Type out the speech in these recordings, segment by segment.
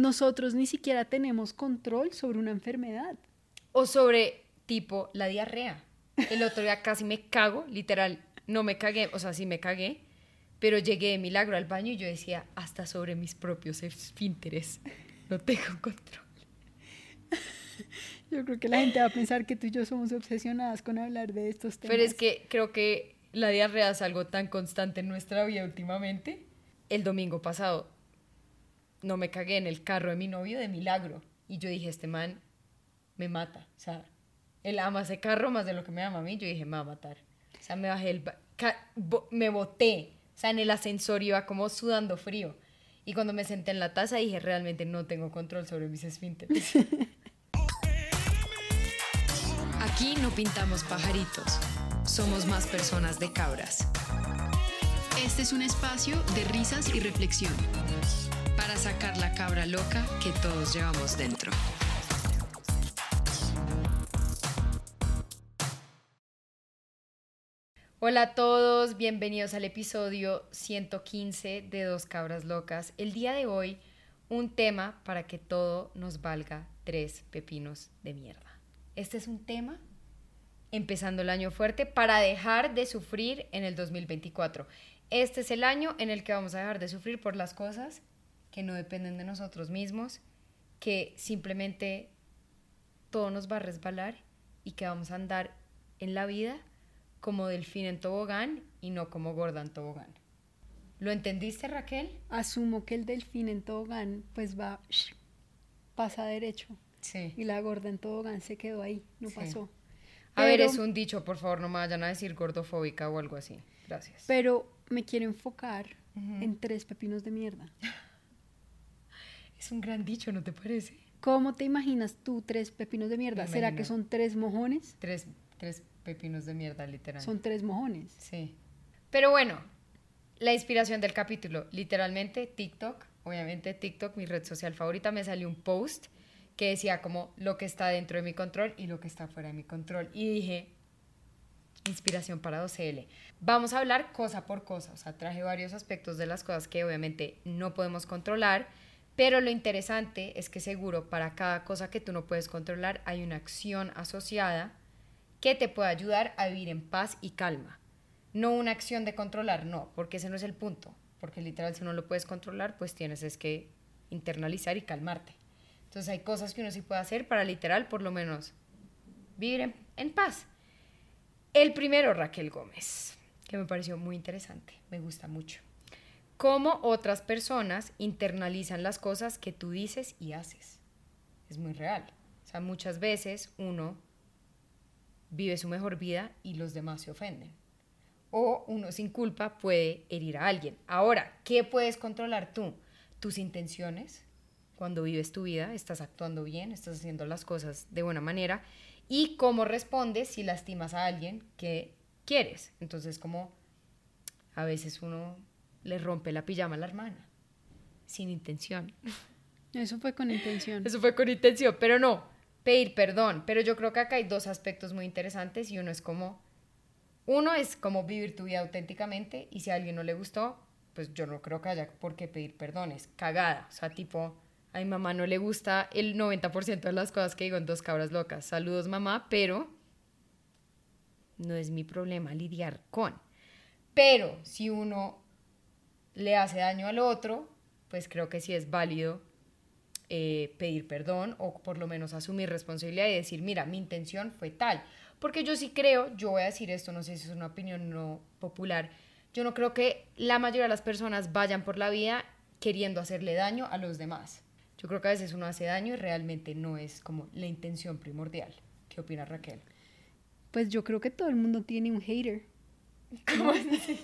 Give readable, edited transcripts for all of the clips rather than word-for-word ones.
nosotros ni siquiera tenemos control sobre una enfermedad. O sobre, tipo, la diarrea. El otro día casi me cago, literal, no me cagué, o sea, sí me cagué, pero llegué de milagro al baño y yo decía, hasta sobre mis propios esfínteres no tengo control. Yo creo que la gente va a pensar que tú y yo somos obsesionadas con hablar de estos temas. Pero es que creo que la diarrea es algo tan constante en nuestra vida últimamente. El domingo pasado no me cagué en el carro de mi novio de milagro. Y yo dije, este man me mata. O sea, él ama ese carro más de lo que me ama a mí. Yo dije, me va a matar. O sea, me bajé me boté. O sea, en el ascensor iba como sudando frío. Y cuando me senté en la taza dije, realmente no tengo control sobre mis esfínteres. Aquí no pintamos pajaritos, somos más personas de cabras. Este es un espacio de risas y reflexión para sacar la cabra loca que todos llevamos dentro. Hola a todos, bienvenidos al episodio 115 de Dos Cabras Locas. El día de hoy, un tema para que todo nos valga 3 pepinos de mierda. Este es un tema, empezando el año fuerte, para dejar de sufrir en el 2024. Este es el año en el que vamos a dejar de sufrir por las cosas que no dependen de nosotros mismos, que simplemente todo nos va a resbalar y que vamos a andar en la vida como delfín en tobogán y no como gorda en tobogán. ¿Lo entendiste, Raquel? Asumo que el delfín en tobogán pues pasa derecho. Sí. Y la gorda en tobogán se quedó ahí, no pasó. A ver, es un dicho, por favor, no me vayan a decir gordofóbica o algo así. Gracias. Pero me quiero enfocar en 3 pepinos de mierda. Es un gran dicho, ¿no te parece? ¿Cómo te imaginas tú 3 pepinos de mierda? Me ¿Será imagino. que son 3 mojones? Tres pepinos de mierda, literal. Son 3 mojones. Sí. Pero bueno, la inspiración del capítulo, literalmente TikTok, obviamente TikTok, mi red social favorita, me salió un post que decía como lo que está dentro de mi control y lo que está fuera de mi control. Y dije, inspiración para 2L. Vamos a hablar cosa por cosa, o sea, traje varios aspectos de las cosas que obviamente no podemos controlar, pero lo interesante es que seguro para cada cosa que tú no puedes controlar hay una acción asociada que te puede ayudar a vivir en paz y calma. No una acción de controlar, no, porque ese no es el punto, porque literal si no lo puedes controlar, pues tienes es que internalizar y calmarte. Entonces hay cosas que uno sí puede hacer para literal, por lo menos, vivir en paz. El primero, Raquel Gómez, que me pareció muy interesante, me gusta mucho. Cómo otras personas internalizan las cosas que tú dices y haces. Es muy real. O sea, muchas veces uno vive su mejor vida y los demás se ofenden. O uno sin culpa puede herir a alguien. Ahora, ¿qué puedes controlar tú? Tus intenciones. Cuando vives tu vida, estás actuando bien, estás haciendo las cosas de buena manera. Y cómo respondes si lastimas a alguien que quieres. Entonces, como a veces uno le rompe la pijama a la hermana, sin intención. Eso fue con intención. Eso fue con intención, pero no, pedir perdón. Pero yo creo que acá hay 2 aspectos muy interesantes y uno es como vivir tu vida auténticamente y si a alguien no le gustó, pues yo no creo que haya por qué pedir perdón, es cagada. O sea, tipo, a mi mamá no le gusta el 90% de las cosas que digo en Dos Cabras Locas. Saludos, mamá, pero no es mi problema lidiar con. Pero si uno le hace daño al otro, pues creo que sí es válido pedir perdón o por lo menos asumir responsabilidad y decir, mira, mi intención fue tal. Porque yo sí creo, yo voy a decir esto, no sé si es una opinión no popular, yo no creo que la mayoría de las personas vayan por la vida queriendo hacerle daño a los demás. Yo creo que a veces uno hace daño y realmente no es como la intención primordial. ¿Qué opina Raquel? Pues yo creo que todo el mundo tiene un hater. ¿Cómo así?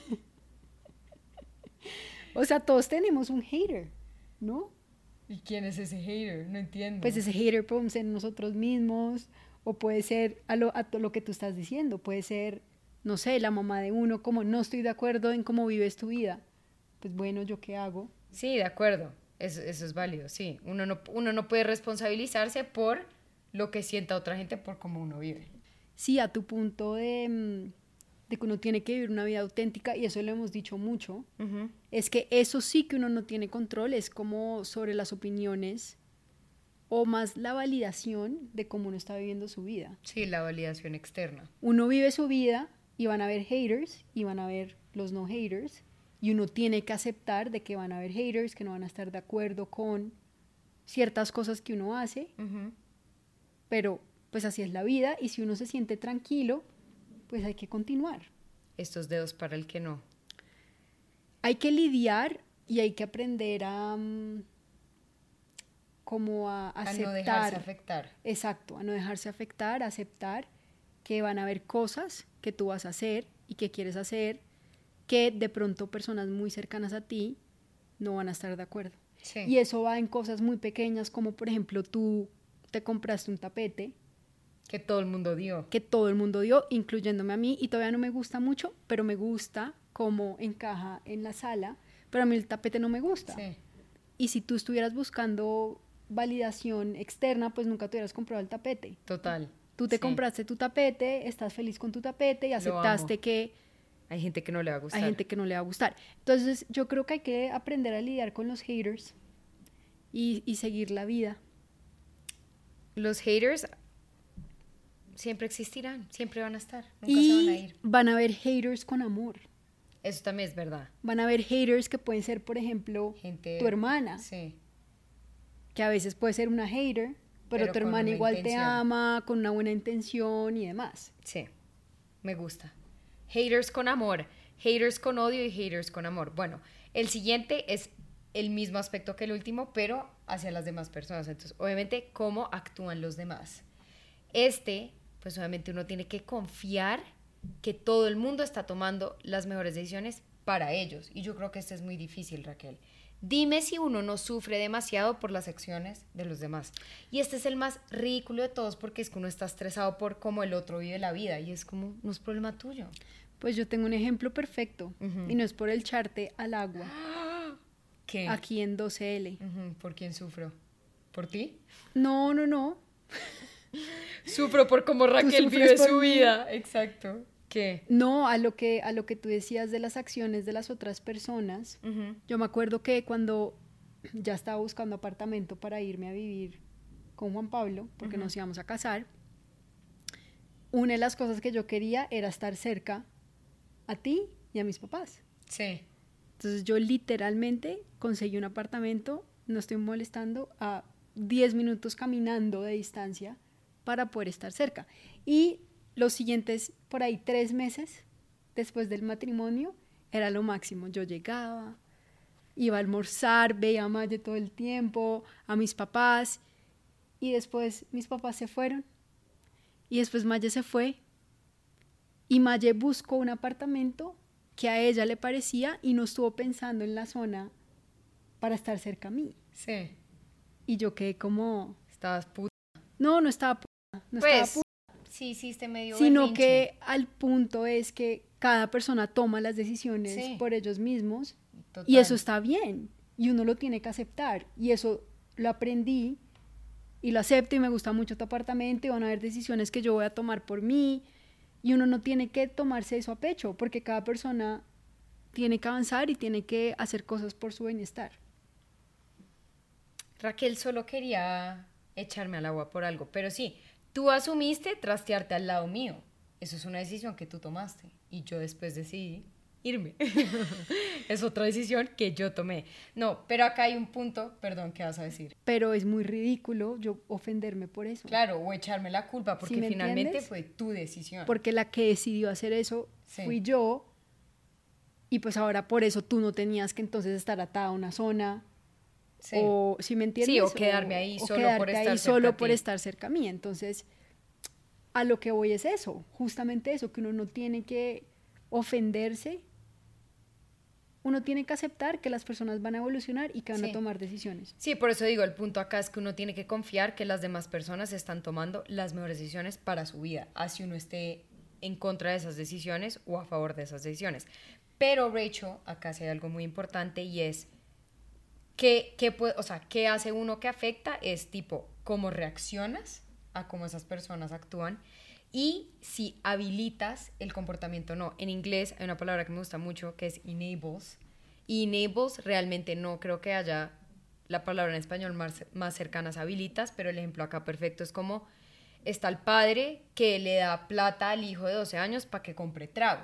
O sea, todos tenemos un hater, ¿no? ¿Y quién es ese hater? No entiendo. Pues ese hater puede ser nosotros mismos o puede ser a lo que tú estás diciendo. Puede ser, no sé, la mamá de uno, como no estoy de acuerdo en cómo vives tu vida. Pues bueno, ¿yo qué hago? Sí, de acuerdo. Eso es válido, sí. Uno no puede responsabilizarse por lo que sienta otra gente por cómo uno vive. Sí, a tu punto de que uno tiene que vivir una vida auténtica, y eso lo hemos dicho mucho, es que eso sí que uno no tiene control, es como sobre las opiniones o más la validación de cómo uno está viviendo su vida. Sí, la validación externa. Uno vive su vida y van a haber haters y van a haber los no haters, y uno tiene que aceptar de que van a haber haters, que no van a estar de acuerdo con ciertas cosas que uno hace, pero pues así es la vida, y si uno se siente tranquilo, pues hay que continuar. Estos dedos para el que no. Hay que lidiar y hay que aprender a como a aceptar. A no dejarse afectar. Exacto, a no dejarse afectar, a aceptar que van a haber cosas que tú vas a hacer y que quieres hacer, que de pronto personas muy cercanas a ti no van a estar de acuerdo. Sí. Y eso va en cosas muy pequeñas, como por ejemplo tú te compraste un tapete que todo el mundo dio. Que todo el mundo dio, incluyéndome a mí, y todavía no me gusta mucho, pero me gusta cómo encaja en la sala, pero a mí el tapete no me gusta. Sí. Y si tú estuvieras buscando validación externa, pues nunca te hubieras comprado el tapete. Total. Tú te Sí. compraste tu tapete, estás feliz con tu tapete y aceptaste que hay gente que no le va a gustar. hay gente que no le va a gustar. Entonces yo creo que hay que aprender a lidiar con los haters y seguir la vida. Los haters siempre existirán, siempre van a estar, nunca Y se van a ir. van a haber haters con amor. Eso también es verdad. Van a haber haters que pueden ser, por ejemplo, Gente, tu hermana, sí. que a veces puede ser una hater, pero tu con hermana una igual intención. te ama, con una buena intención y demás. Sí, me gusta. Haters con amor, haters con odio y haters con amor. Bueno, el siguiente es el mismo aspecto que el último, pero hacia las demás personas. Entonces, obviamente, cómo actúan los demás. Pues obviamente uno tiene que confiar que todo el mundo está tomando las mejores decisiones para ellos. Y yo creo que este es muy difícil, Raquel. Dime si uno no sufre demasiado por las acciones de los demás. Y este es el más ridículo de todos, porque es que uno está estresado por cómo el otro vive la vida y es como, no es problema tuyo. Pues yo tengo un ejemplo perfecto, y no es por echarte al agua, ¿Qué? aquí en 12L. ¿Por quién sufro? ¿Por ti? No, no, no. Sufro por cómo Raquel sufres vive por su mí. vida. Exacto. ¿Qué? No, a lo que tú decías de las acciones de las otras personas. Yo me acuerdo que cuando ya estaba buscando apartamento para irme a vivir con Juan Pablo, porque nos íbamos a casar, una de las cosas que yo quería era estar cerca a ti y a mis papás. Sí. Entonces yo literalmente conseguí un apartamento, no estoy molestando, a 10 minutos caminando de distancia para poder estar cerca. Y los siguientes, por ahí 3 meses después del matrimonio, era lo máximo. Yo llegaba, iba a almorzar, veía a Maye todo el tiempo, a mis papás, y después mis papás se fueron, y después Maye se fue, y Maye buscó un apartamento que a ella le parecía y no estuvo pensando en la zona para estar cerca a mí. Sí. Y yo quedé como... Estabas puta. No estaba puta, no estaba Pues, puta, sí, hiciste medio sino berrinche. que al punto es que cada persona toma las decisiones Sí. por ellos mismos. Total. Y eso está bien, y uno lo tiene que aceptar, y eso lo aprendí y lo acepto, y me gusta mucho tu apartamento, y van a haber decisiones que yo voy a tomar por mí, y uno no tiene que tomarse eso a pecho, porque cada persona tiene que avanzar y tiene que hacer cosas por su bienestar. Raquel solo quería echarme al agua por algo, pero sí, tú asumiste trastearte al lado mío. Eso es una decisión que tú tomaste y yo después decidí irme. Es otra decisión que yo tomé. No, pero acá hay un punto, perdón, ¿qué vas a decir? Pero es muy ridículo yo ofenderme por eso. Claro, o echarme la culpa porque ¿Sí me finalmente entiendes? fue tu decisión. Porque la que decidió hacer eso Sí. fui yo, y pues ahora por eso tú no tenías que entonces estar atada a una zona, Sí. o si me entiendes, Sí, o quedarme ahí o solo quedarte por estar ahí cerca solo a por ti. estar cerca a mí. Entonces, a lo que voy es eso, justamente eso, que uno no tiene que ofenderse, uno tiene que aceptar que las personas van a evolucionar y que van Sí. a tomar decisiones. Sí, por eso digo, el punto acá es que uno tiene que confiar que las demás personas están tomando las mejores decisiones para su vida, así uno esté en contra de esas decisiones o a favor de esas decisiones. Pero, Rachel, acá sí hay algo muy importante y es ¿qué hace uno que afecta? Es tipo, cómo reaccionas a cómo esas personas actúan y si habilitas el comportamiento o no. En inglés hay una palabra que me gusta mucho que es enables. Y enables realmente no creo que haya la palabra en español más cercanas a habilitas, pero el ejemplo acá perfecto es como está el padre que le da plata al hijo de 12 años para que compre trago.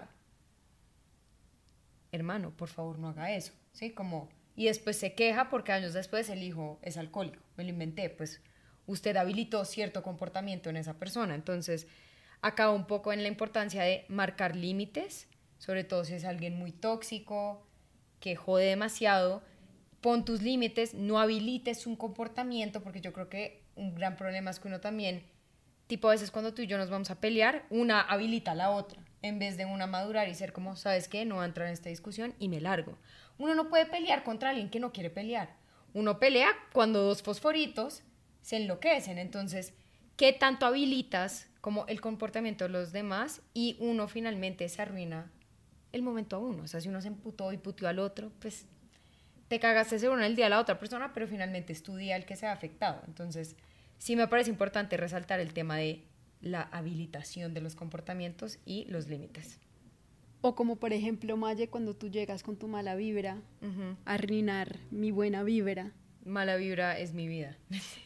Hermano, por favor no haga eso, ¿sí? Como, y después se queja porque años después el hijo es alcohólico. Me lo inventé, pues usted habilitó cierto comportamiento en esa persona. Entonces, acá un poco en la importancia de marcar límites, sobre todo si es alguien muy tóxico, que jode demasiado. Pon tus límites, no habilites un comportamiento, porque yo creo que un gran problema es que uno también, tipo a veces cuando tú y yo nos vamos a pelear, una habilita a la otra, en vez de una madurar y ser como, ¿sabes qué? No voy a entrar en esta discusión y me largo. Uno no puede pelear contra alguien que no quiere pelear. Uno pelea cuando dos fosforitos se enloquecen. Entonces, ¿qué tanto habilitas como el comportamiento de los demás? Y uno finalmente se arruina el momento a uno. O sea, si uno se emputó y puteó al otro, pues te cagaste seguro en el día de la otra persona, pero finalmente es tu día el que se ha afectado. Entonces, sí me parece importante resaltar el tema de la habilitación de los comportamientos y los límites. O como por ejemplo, Maye, cuando tú llegas con tu mala vibra, a arruinar mi buena vibra. Mala vibra es mi vida.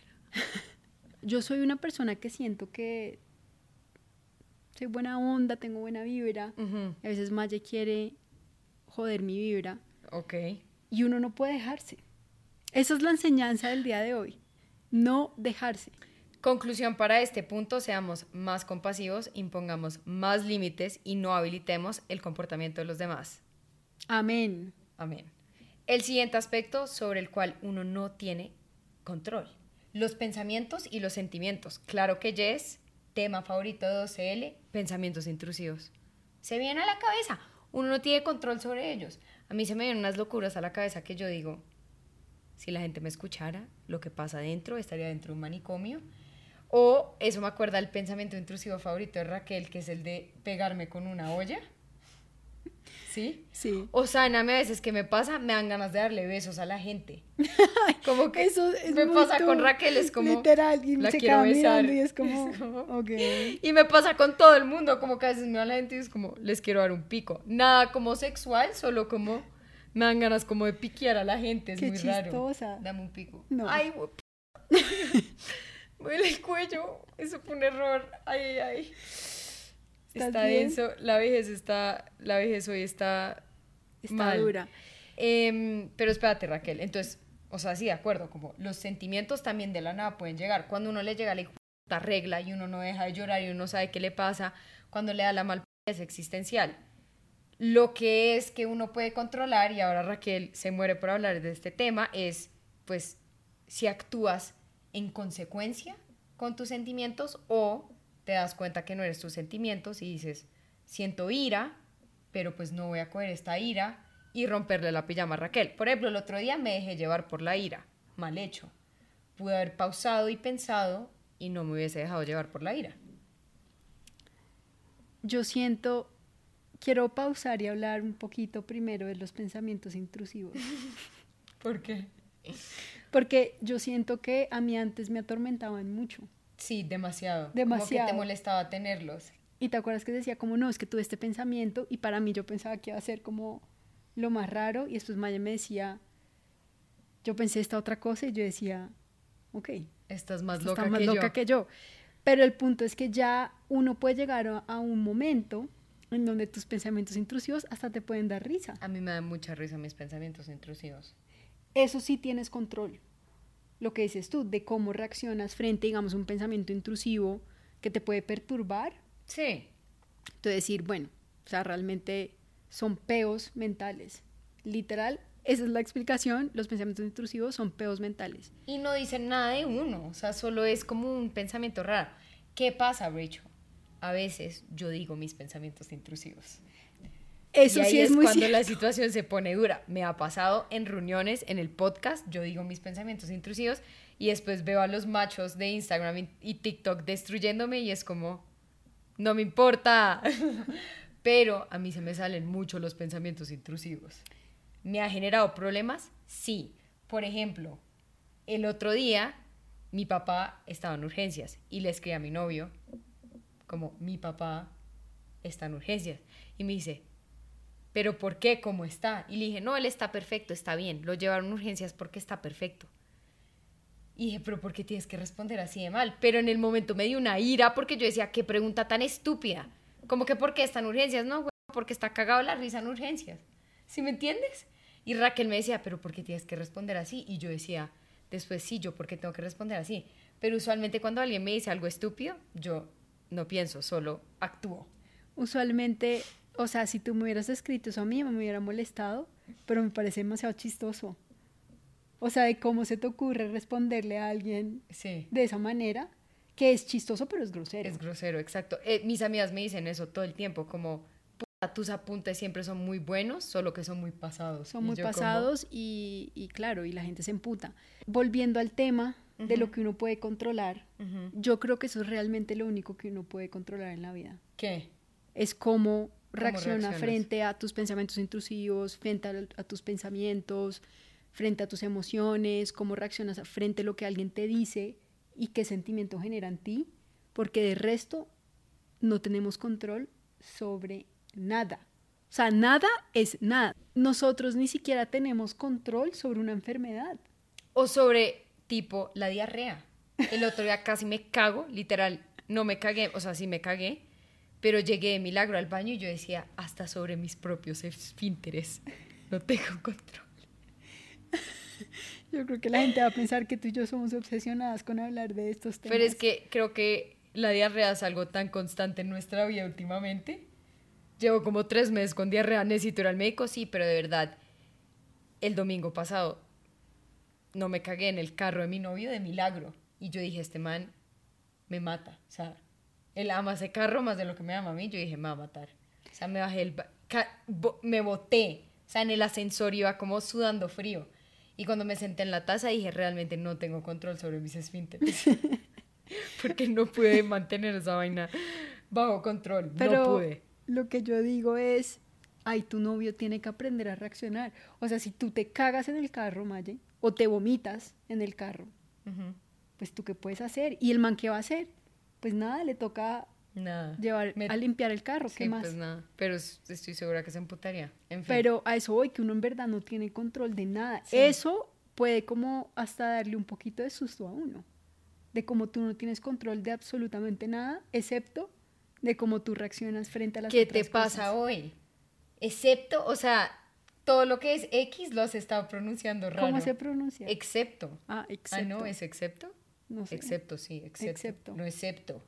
Yo soy una persona que siento que soy buena onda, tengo buena vibra. A veces Maye quiere joder mi vibra. Ok. Y uno no puede dejarse. Esa es la enseñanza del día de hoy. No dejarse. Conclusión para este punto, seamos más compasivos, impongamos más límites y no habilitemos el comportamiento de los demás. Amén. Amén. El siguiente aspecto sobre el cual uno no tiene control. Los pensamientos y los sentimientos. Claro que yes, tema favorito de 12L, pensamientos intrusivos. Se vienen a la cabeza, uno no tiene control sobre ellos. A mí se me vienen unas locuras a la cabeza que yo digo, si la gente me escuchara, lo que pasa dentro, estaría dentro de un manicomio. O eso me acuerda el pensamiento intrusivo favorito de Raquel, que es el de pegarme con una olla. ¿Sí? Sí. O sáname a veces que me pasa, me dan ganas de darle besos a la gente. Como que eso es me muy pasa tú. con Raquel, es como literal, y la se quiero queda besar. mirando y es como, ok. Y me pasa con todo el mundo, como que a veces me va la gente y es como, les quiero dar un pico. Nada como sexual, solo como me dan ganas como de piquear a la gente, es Qué muy chistosa. raro. Dame un pico. No. Ay, duele el cuello, eso fue un error. Ay, ay. Está bien? denso, la vejez hoy está mal. dura. Pero espérate, Raquel, entonces, o sea, sí, de acuerdo, como los sentimientos también de la nada pueden llegar. Cuando uno le llega la regla y uno no deja de llorar y uno sabe qué le pasa, cuando le da la mal es existencial. Lo que es que uno puede controlar, y ahora Raquel se muere por hablar de este tema, es, pues, si actúas en consecuencia con tus sentimientos o te das cuenta que no eres tus sentimientos y dices, siento ira, pero pues no voy a coger esta ira y romperle la pijama a Raquel. Por ejemplo, el otro día me dejé llevar por la ira, mal hecho. Pude haber pausado y pensado y no me hubiese dejado llevar por la ira. Yo quiero pausar y hablar un poquito primero de los pensamientos intrusivos. ¿Por qué? Porque yo siento que a mí antes me atormentaban mucho. Sí, demasiado. Demasiado. Como que te molestaba tenerlos. Y te acuerdas que decía como, no, es que tuve este pensamiento y para mí yo pensaba que iba a ser como lo más raro y después Maya me decía, yo pensé esta otra cosa y yo decía, ok. Estás más Está loca más que loca yo. que yo. Pero el punto es que ya uno puede llegar a un momento en donde tus pensamientos intrusivos hasta te pueden dar risa. A mí me dan mucha risa mis pensamientos intrusivos. Eso sí tienes control. Lo que dices tú, de cómo reaccionas frente, digamos, a un pensamiento intrusivo que te puede perturbar. Sí. Entonces decir, bueno, o sea, realmente son peos mentales. Literal, esa es la explicación, los pensamientos intrusivos son peos mentales. Y no dicen nada de uno, o sea, solo es como un pensamiento raro. ¿Qué pasa, Rachel? A veces yo digo mis pensamientos intrusivos. Eso y ahí sí es muy cuando cierto. la situación se pone dura. Me ha pasado en reuniones, en el podcast, yo digo mis pensamientos intrusivos y después veo a los machos de Instagram y TikTok destruyéndome y es como, no me importa. Pero a mí se me salen mucho los pensamientos intrusivos. ¿Me ha generado problemas? Sí. Por ejemplo, el otro día mi papá estaba en urgencias y le escribí a mi novio como mi papá está en urgencias. Y me dice, ¿pero por qué? ¿Cómo está? Y le dije, no, él está perfecto, está bien. Lo llevaron a urgencias porque está perfecto. Y dije, ¿pero por qué tienes que responder así de mal? Pero en el momento me dio una ira porque yo decía, qué pregunta tan estúpida. Como que ¿por qué está en urgencias? No, güey, porque está cagado la risa en urgencias. ¿Sí me entiendes? Y Raquel me decía, ¿pero por qué tienes que responder así? Y yo decía, después sí, ¿yo por qué tengo que responder así? Pero usualmente cuando alguien me dice algo estúpido, yo no pienso, solo actúo. Usualmente, o sea, si tú me hubieras escrito eso a mí, me hubiera molestado, pero me parece demasiado chistoso. O sea, de cómo se te ocurre responderle a alguien Sí. de esa manera, que es chistoso, pero es grosero. Es grosero, exacto. Mis amigas me dicen eso todo el tiempo, como, puta, tus apuntes siempre son muy buenos, solo que son muy pasados. Son Y muy yo pasados y claro, y la gente se emputa. Volviendo al tema de lo que uno puede controlar, yo creo que eso es realmente lo único que uno puede controlar en la vida. ¿Qué? Es cómo reacciona reaccionas? frente a tus pensamientos intrusivos, frente a tus pensamientos, frente a tus emociones, cómo reaccionas frente a lo que alguien te dice y qué sentimiento genera en ti, porque de resto no tenemos control sobre nada. O sea, nada es nada. Nosotros ni siquiera tenemos control sobre una enfermedad. O sobre, tipo, la diarrea. El otro día casi me cago, literal, no me cagué, o sea, sí me cagué, pero llegué de milagro al baño y yo decía, hasta sobre mis propios esfínteres no tengo control. Yo creo que la gente va a pensar que tú y yo somos obsesionadas con hablar de estos temas. Pero es que creo que la diarrea es algo tan constante en nuestra vida últimamente. Llevo como 3 meses con diarrea, necesito ir al médico, sí, pero de verdad, el domingo pasado no me cagué en el carro de mi novio de milagro. Y yo dije, este man me mata. O sea, él ama ese carro más de lo que me ama a mí. Yo dije, me va a matar. O sea, me bajé me boté. O sea, en el ascensor iba como sudando frío. Y cuando me senté en la taza dije, realmente no tengo control sobre mis esfínteres. Porque no pude mantener esa vaina bajo control. Pero no pude. Lo que yo digo es, ay, tu novio tiene que aprender a reaccionar. O sea, si tú te cagas en el carro, Maye, o te vomitas en el carro, pues tú qué puedes hacer. ¿Y el man qué va a hacer? Pues nada, le toca Nada. llevar a limpiar el carro, ¿qué Sí, más? pues nada. Pero estoy segura que se emputaría. En fin. Pero a eso voy, que uno en verdad no tiene control de nada. Sí. Eso puede como hasta darle un poquito de susto a uno, de cómo tú no tienes control de absolutamente nada, excepto de cómo tú reaccionas frente a las ¿Qué otras te pasa cosas. hoy? Excepto, o sea, todo lo que es X lo has estado pronunciando raro. ¿Cómo se pronuncia? Excepto. Ah, excepto. Ah, no, ¿es excepto? No sé. Excepto, sí, excepto. Excepto. No excepto.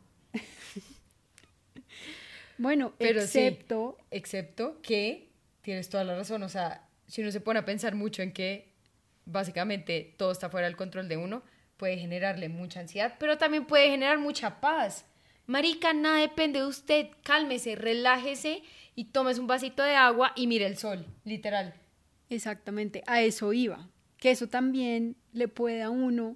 Bueno, Pero excepto, sí, excepto que tienes toda la razón. O sea, si uno se pone a pensar mucho en que básicamente todo está fuera del control de uno, puede generarle mucha ansiedad, pero también puede generar mucha paz. Marica, nada depende de usted. Cálmese, relájese y tomes un vasito de agua y mire el sol, literal. exactamente, a eso iba. Que eso también le puede a uno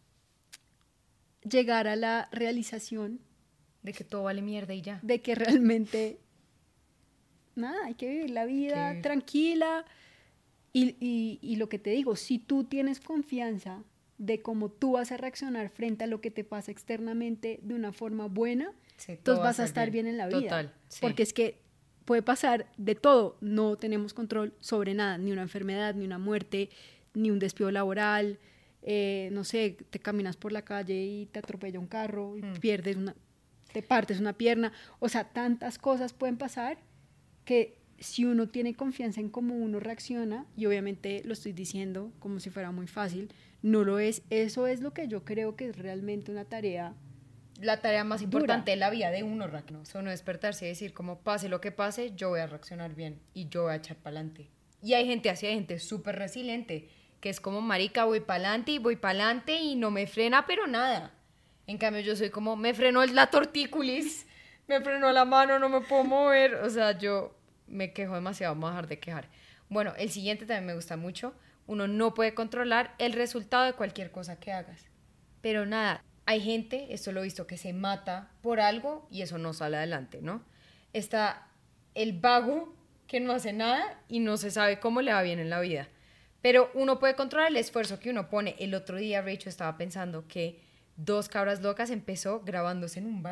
llegar a la realización De que todo vale mierda y ya. de que realmente, nada, hay que vivir la vida vivir. tranquila. Y lo que te digo, si tú tienes confianza de cómo tú vas a reaccionar frente a lo que te pasa externamente de una forma buena, Sí, todo entonces va a vas a estar estar bien en la vida. Total, sí. Porque es que puede pasar de todo, no tenemos control sobre nada, ni una enfermedad, ni una muerte, ni un despido laboral, no sé, te caminas por la calle y te atropella un carro, y te partes una pierna, o sea, tantas cosas pueden pasar que si uno tiene confianza en cómo uno reacciona, y obviamente lo estoy diciendo como si fuera muy fácil, no lo es, eso es lo que yo creo que es realmente una tarea. La tarea más Dura. importante de la vida de uno, Raquel, o uno despertarse y decir, como pase lo que pase, yo voy a reaccionar bien y yo voy a echar para adelante. Y hay gente así, hay gente súper resiliente, que es como, marica, voy para adelante y no me frena, pero nada. En cambio, yo soy como, me frenó la tortícolis, me frenó la mano, no me puedo mover. O sea, yo me quejo demasiado, me voy a dejar de quejar. Bueno, el siguiente también me gusta mucho. Uno no puede controlar el resultado de cualquier cosa que hagas. Pero nada, hay gente, esto lo he visto, que se mata por algo y eso no sale adelante, ¿no? Está el vago que no hace nada y no se sabe cómo le va bien en la vida. Pero uno puede controlar el esfuerzo que uno pone. El otro día, Rachel, estaba pensando que 2 Cabras Locas empezó grabándose en un baño.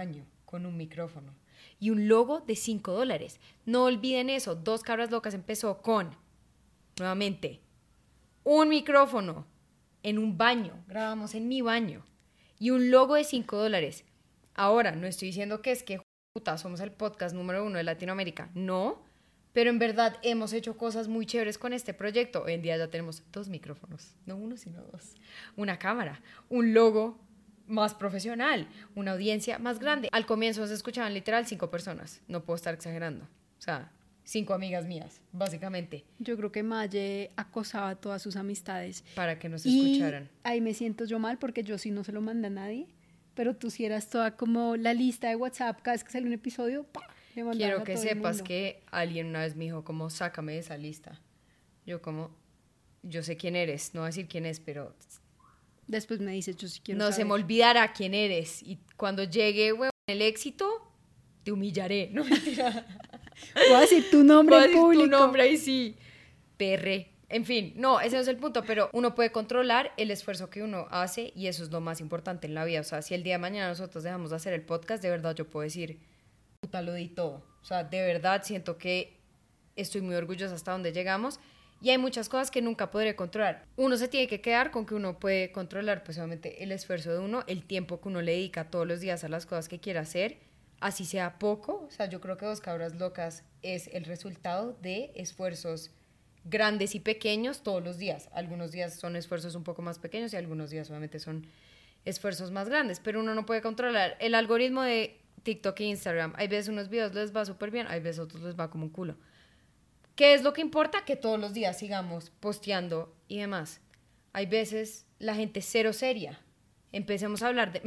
con un micrófono y un logo de $5. No olviden eso, Dos Cabras Locas empezó con, nuevamente, un micrófono en un baño, grabamos en mi baño, y un logo de $5. Ahora, no estoy diciendo que es que puta, somos el podcast número 1 de Latinoamérica, no, pero en verdad hemos hecho cosas muy chéveres con este proyecto. Hoy en día ya tenemos 2 micrófonos, no uno sino 2, una cámara, un logo más profesional, una audiencia más grande. Al comienzo se escuchaban literal 5 personas, no puedo estar exagerando, o sea, 5 amigas mías, básicamente. Yo creo que Maye acosaba a todas sus amistades. Para que nos Y escucharan. ahí me siento yo mal porque yo sí no se lo mandé a nadie, pero tú sí eras toda como la lista de WhatsApp, cada vez que sale un episodio, ¡pah! Le mandabas Quiero a que todo el sepas mundo. que alguien una vez me dijo como, sácame de esa lista. Yo como, yo sé quién eres, no voy a decir quién es, pero Después me dices, yo sí quiero no saber. se me olvidará quién eres. Y cuando llegue, huevón, el éxito, te humillaré. No, mentira. Voy a decir tu nombre Voy a en decir público. tu nombre ahí sí. Perre. En fin, no, ese no es el punto, pero uno puede controlar el esfuerzo que uno hace y eso es lo más importante en la vida. O sea, si el día de mañana nosotros dejamos de hacer el podcast, de verdad yo puedo decir, puta, lo di todo. O sea, de verdad siento que estoy muy orgullosa hasta donde llegamos y hay muchas cosas que nunca podré controlar. Uno se tiene que quedar con que uno puede controlar, pues obviamente, el esfuerzo de uno, el tiempo que uno le dedica todos los días a las cosas que quiera hacer, así sea poco. O sea, yo creo que Dos Cabras Locas es el resultado de esfuerzos grandes y pequeños todos los días. Algunos días son esfuerzos un poco más pequeños y algunos días obviamente son esfuerzos más grandes, pero uno no puede controlar el algoritmo de TikTok e Instagram. Hay veces unos videos les va súper bien, hay veces otros les va como un culo. ¿Qué es lo que importa? Que todos los días sigamos posteando y demás. Hay veces la gente cero seria. Empecemos a hablar de...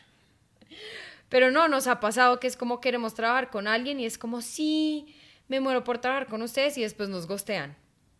Pero no, nos ha pasado que es como queremos trabajar con alguien y es como, sí, me muero por trabajar con ustedes y después nos gostean.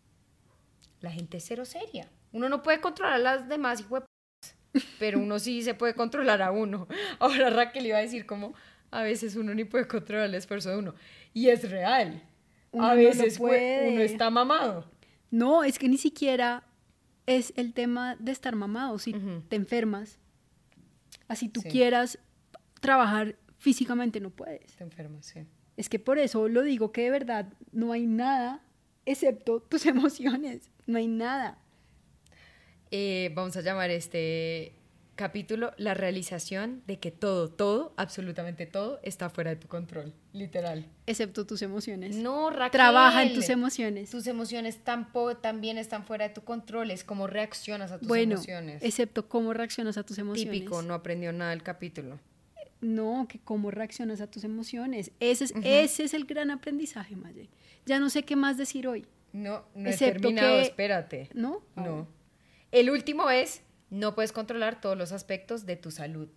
La gente es cero seria. Uno no puede controlar a las demás hijueputas, pero uno sí se puede controlar a uno. Ahora Raquel iba a decir como, a veces uno ni puede controlar el esfuerzo de uno. Y es real. Uno A no veces lo puede. uno está mamado. No, es que ni siquiera es el tema de estar mamado. Si te enfermas, así tú Sí. quieras trabajar físicamente, no puedes. Te enfermas, sí. Es que por eso lo digo que de verdad no hay nada excepto tus emociones. No hay nada. Vamos a llamar este capítulo La realización de que todo, absolutamente todo, está fuera de tu control. Literal. Excepto tus emociones. No, Raquel. Trabaja en tus emociones. Tus emociones también están fuera de tu control. Es cómo reaccionas a tus Bueno, emociones. excepto cómo reaccionas a tus emociones. Típico, no aprendió nada del capítulo. No, que cómo reaccionas a tus emociones. Ese es el gran aprendizaje, Maye. Ya no sé qué más decir hoy. No he Excepto terminado, que- espérate. ¿No? No. El último es, no puedes controlar todos los aspectos de tu salud.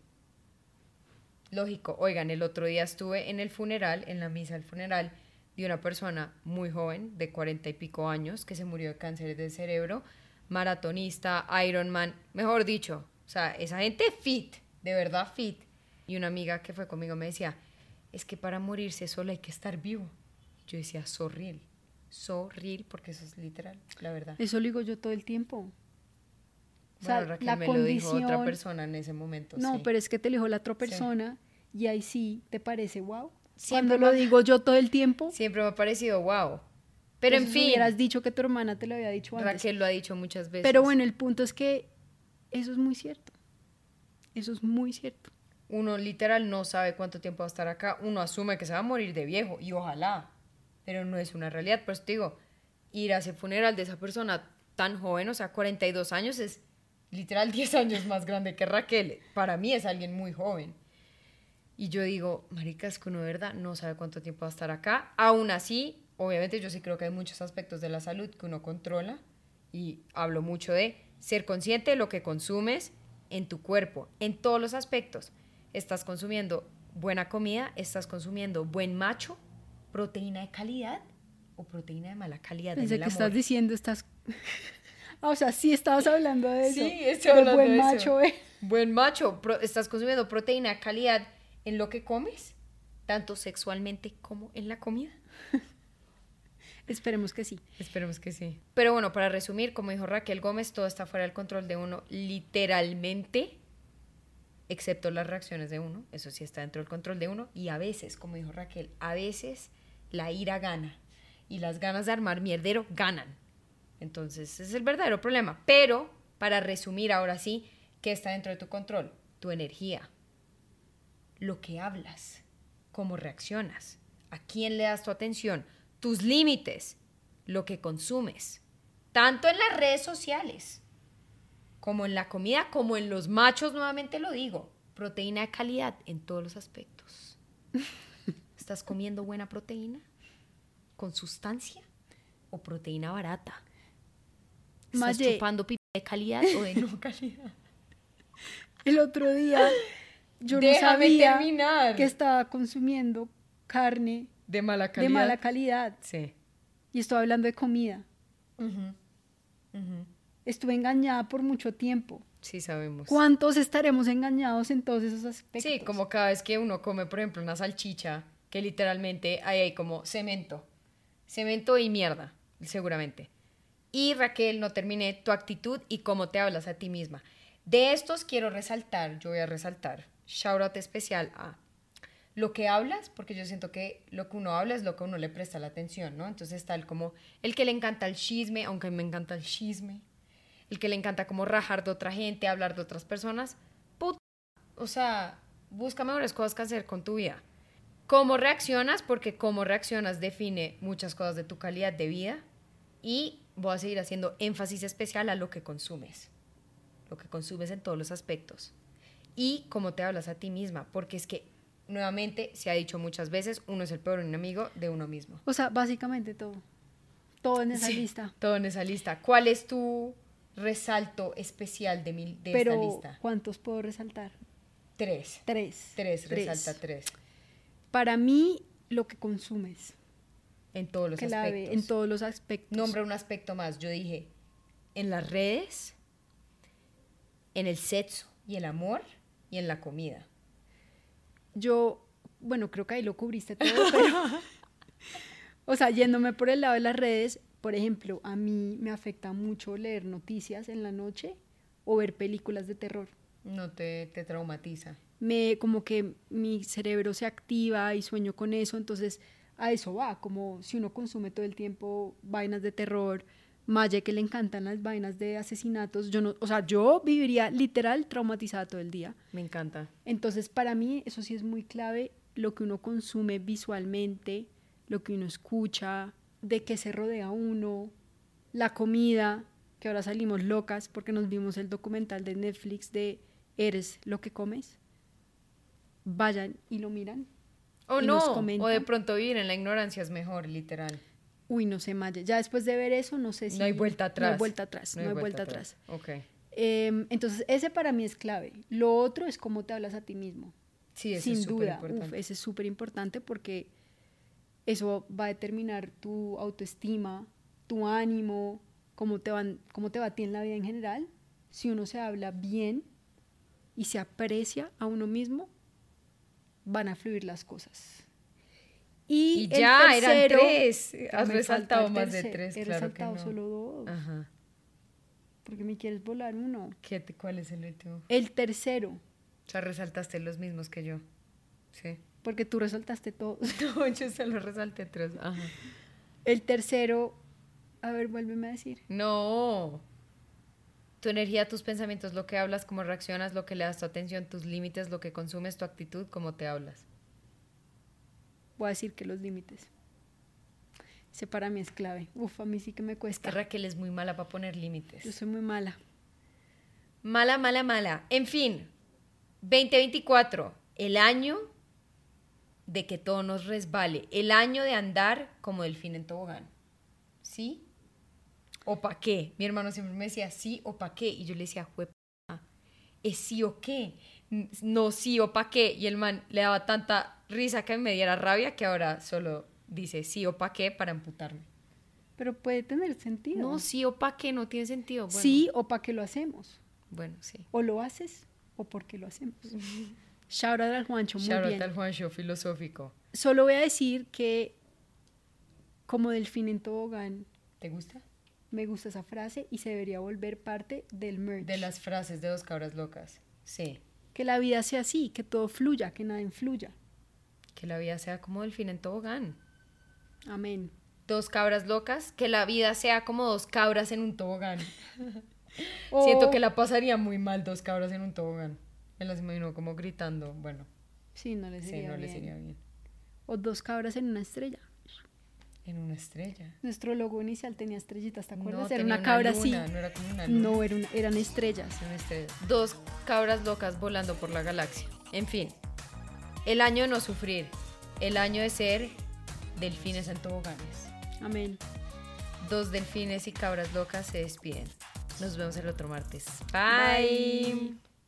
Lógico. Oigan, el otro día estuve en el funeral, en la misa del funeral, de una persona muy joven, de 40 y pico años, que se murió de cáncer del cerebro, maratonista, Ironman, mejor dicho. O sea, esa gente fit, de verdad fit. Y una amiga que fue conmigo me decía, es que para morirse solo hay que estar vivo. Yo decía, so real, porque eso es literal, la verdad. Eso lo digo yo todo el tiempo. O sea, Bueno, Raquel la me lo dijo otra condición- persona en ese momento. No, sí. pero es que te lo dijo la otra persona y ahí sí te parece wow. Siempre Cuando lo me- digo yo todo el tiempo, Siempre me ha parecido wow. Pero en entonces fin, hubieras dicho que tu hermana te lo había dicho antes. Raquel lo ha dicho muchas veces. Pero bueno, el punto es que eso es muy cierto. Eso es muy cierto. Uno literal no sabe cuánto tiempo va a estar acá. Uno asume que se va a morir de viejo y ojalá. Pero no es una realidad. Pues te digo, ir a ese funeral de esa persona tan joven, o sea, 42 años, es literal 10 años más grande que Raquel. Para mí es alguien muy joven. Y yo digo, marica, es que uno de verdad no sabe cuánto tiempo va a estar acá. Aún así, obviamente yo sí creo que hay muchos aspectos de la salud que uno controla. Y hablo mucho de ser consciente de lo que consumes en tu cuerpo, en todos los aspectos. Estás consumiendo buena comida, estás consumiendo buen macho, proteína de calidad o proteína de mala calidad. en Pensé el que amor. estás diciendo, Ah, o sea, sí estabas hablando de eso. Sí, estoy Del hablando buen de eso. macho, Buen macho, estás consumiendo proteína de calidad en lo que comes, tanto sexualmente como en la comida. Esperemos que sí. Esperemos que sí. Pero bueno, para resumir, como dijo Raquel Gómez, todo está fuera del control de uno, literalmente. excepto las reacciones de uno, eso sí está dentro del control de uno, y a veces, como dijo Raquel, a veces la ira gana y las ganas de armar mierdero ganan. Entonces, ese es el verdadero problema. Pero, para resumir ahora sí, ¿qué está dentro de tu control? Tu energía, lo que hablas, cómo reaccionas, a quién le das tu atención, tus límites, lo que consumes, tanto en las redes sociales como en la comida, como en los machos, nuevamente lo digo, proteína de calidad en todos los aspectos. ¿Estás comiendo buena proteína? ¿Con sustancia? ¿O proteína barata? ¿Estás Maye, chupando pipí de calidad o de no calidad? el otro día yo no Déjame sabía terminar. que estaba consumiendo carne De mala calidad. de mala calidad. Sí. Y estoy hablando de comida. Estuve engañada por mucho tiempo. Sí, sabemos. ¿Cuántos estaremos engañados en todos esos aspectos? Sí, como cada vez que uno come, por ejemplo, una salchicha, que literalmente ahí hay como cemento y mierda, seguramente. Y Raquel, no terminé, tu actitud y cómo te hablas a ti misma. De estos quiero resaltar, yo voy a resaltar, shout out especial a lo que hablas, porque yo siento que lo que uno habla es lo que uno le presta la atención, ¿no? Entonces está como el que le encanta el chisme, aunque a mí me encanta el chisme, el que le encanta como rajar de otra gente, hablar de otras personas, puta, o sea, busca mejores cosas que hacer con tu vida. ¿Cómo reaccionas? Porque cómo reaccionas define muchas cosas de tu calidad de vida, y voy a seguir haciendo énfasis especial a lo que consumes en todos los aspectos, y cómo te hablas a ti misma, porque es que, nuevamente, se ha dicho muchas veces, uno es el peor enemigo de uno mismo. O sea, básicamente todo en esa Sí, lista. todo en esa lista. ¿Cuál es tu resalto especial de esta lista? Pero, ¿cuántos puedo resaltar? Tres, resalta tres. Para mí, lo que consumes. En todos los Clave, aspectos. en todos los aspectos. Nombra un aspecto más. Yo dije, en las redes, en el sexo y el amor, y en la comida. Yo, bueno, creo que ahí lo cubriste todo, pero... O sea, yéndome por el lado de las redes, por ejemplo, a mí me afecta mucho leer noticias en la noche o ver películas de terror. No te traumatiza. Como que mi cerebro se activa y sueño con eso, entonces a eso va, como si uno consume todo el tiempo vainas de terror, Maye que le encantan las vainas de asesinatos, yo viviría literal traumatizada todo el día. Me encanta. Entonces para mí eso sí es muy clave, lo que uno consume visualmente, lo que uno escucha, de qué se rodea uno, la comida, que ahora salimos locas porque nos vimos el documental de Netflix de Eres lo que comes. Vayan y lo miran. O y no, nos comentan. o de pronto vivir en la ignorancia es mejor, literal. Uy, no sé, Maya. Ya después de ver eso, no sé si... No hay vuelta atrás. No hay vuelta atrás, no hay vuelta atrás. Ok. Entonces, ese para mí es clave. Lo otro es cómo te hablas a ti mismo. Sí, eso sin es duda. superimportante. Ese es súper importante porque eso va a determinar tu autoestima, tu ánimo, cómo te va a ti en la vida en general. Si uno se habla bien y se aprecia a uno mismo, van a fluir las cosas. Y el ya, tercero, eran tres. ya Has me resaltado falta el más de tercer- tres, He claro que resaltado no. solo dos. Ajá. Porque me quieres volar uno. ¿Cuál es el último? El tercero, O sea, resaltaste los mismos que yo. Sí. porque tú resaltaste todos. No, yo solo resalté tres. Ajá. El tercero, a ver, vuélveme a decir. No. Tu energía, tus pensamientos, lo que hablas, cómo reaccionas, lo que le das tu atención, tus límites, lo que consumes, tu actitud, cómo te hablas. Voy a decir que los límites. Ese para mí es clave. Uf, a mí sí que me Es que cuesta. Raquel es muy mala para poner Yo límites. soy muy mala. Mala, mala, mala. En fin, 2024, el año de que todo nos resbale, el año de andar como delfín en tobogán. ¿Sí? ¿O pa' qué? Mi hermano siempre me decía, ¿sí o pa' qué? Y yo le decía, juepa, ¿es sí o qué? No, sí o pa' qué. Y el man le daba tanta risa que me diera rabia que ahora solo dice sí o pa' qué para amputarme. Pero puede tener sentido. No, sí o pa' qué, no tiene sentido. Bueno, Sí o para qué lo hacemos. Bueno, sí. O lo haces o por qué lo hacemos. Shout out al Juancho, muy Shout out bien. al Juancho filosófico. Solo voy a decir que como delfín en tobogán, ¿Te gusta? me gusta esa frase y se debería volver parte del merch. De las frases de Dos Cabras Locas. Sí. Que la vida sea así, que todo fluya, que nada influya. Que la vida sea como delfín en tobogán. Amén. 2 cabras locas, que la vida sea como 2 cabras en un tobogán. O- Siento que la pasaría muy mal 2 cabras en un tobogán. Me las imagino como gritando, bueno, Sí, no le sí, sería no bien. le sería bien. O 2 cabras en una estrella. En una estrella. Nuestro logo inicial tenía estrellitas, ¿te acuerdas? No, era tenía una cabra luna, así. no era como una luna. No, eran estrellas. Una estrella. 2 cabras locas volando por la galaxia. En fin, el año de no sufrir, el año de ser delfines en toboganes. Amén. 2 delfines y cabras locas se despiden. Nos vemos el otro martes. Bye. Bye.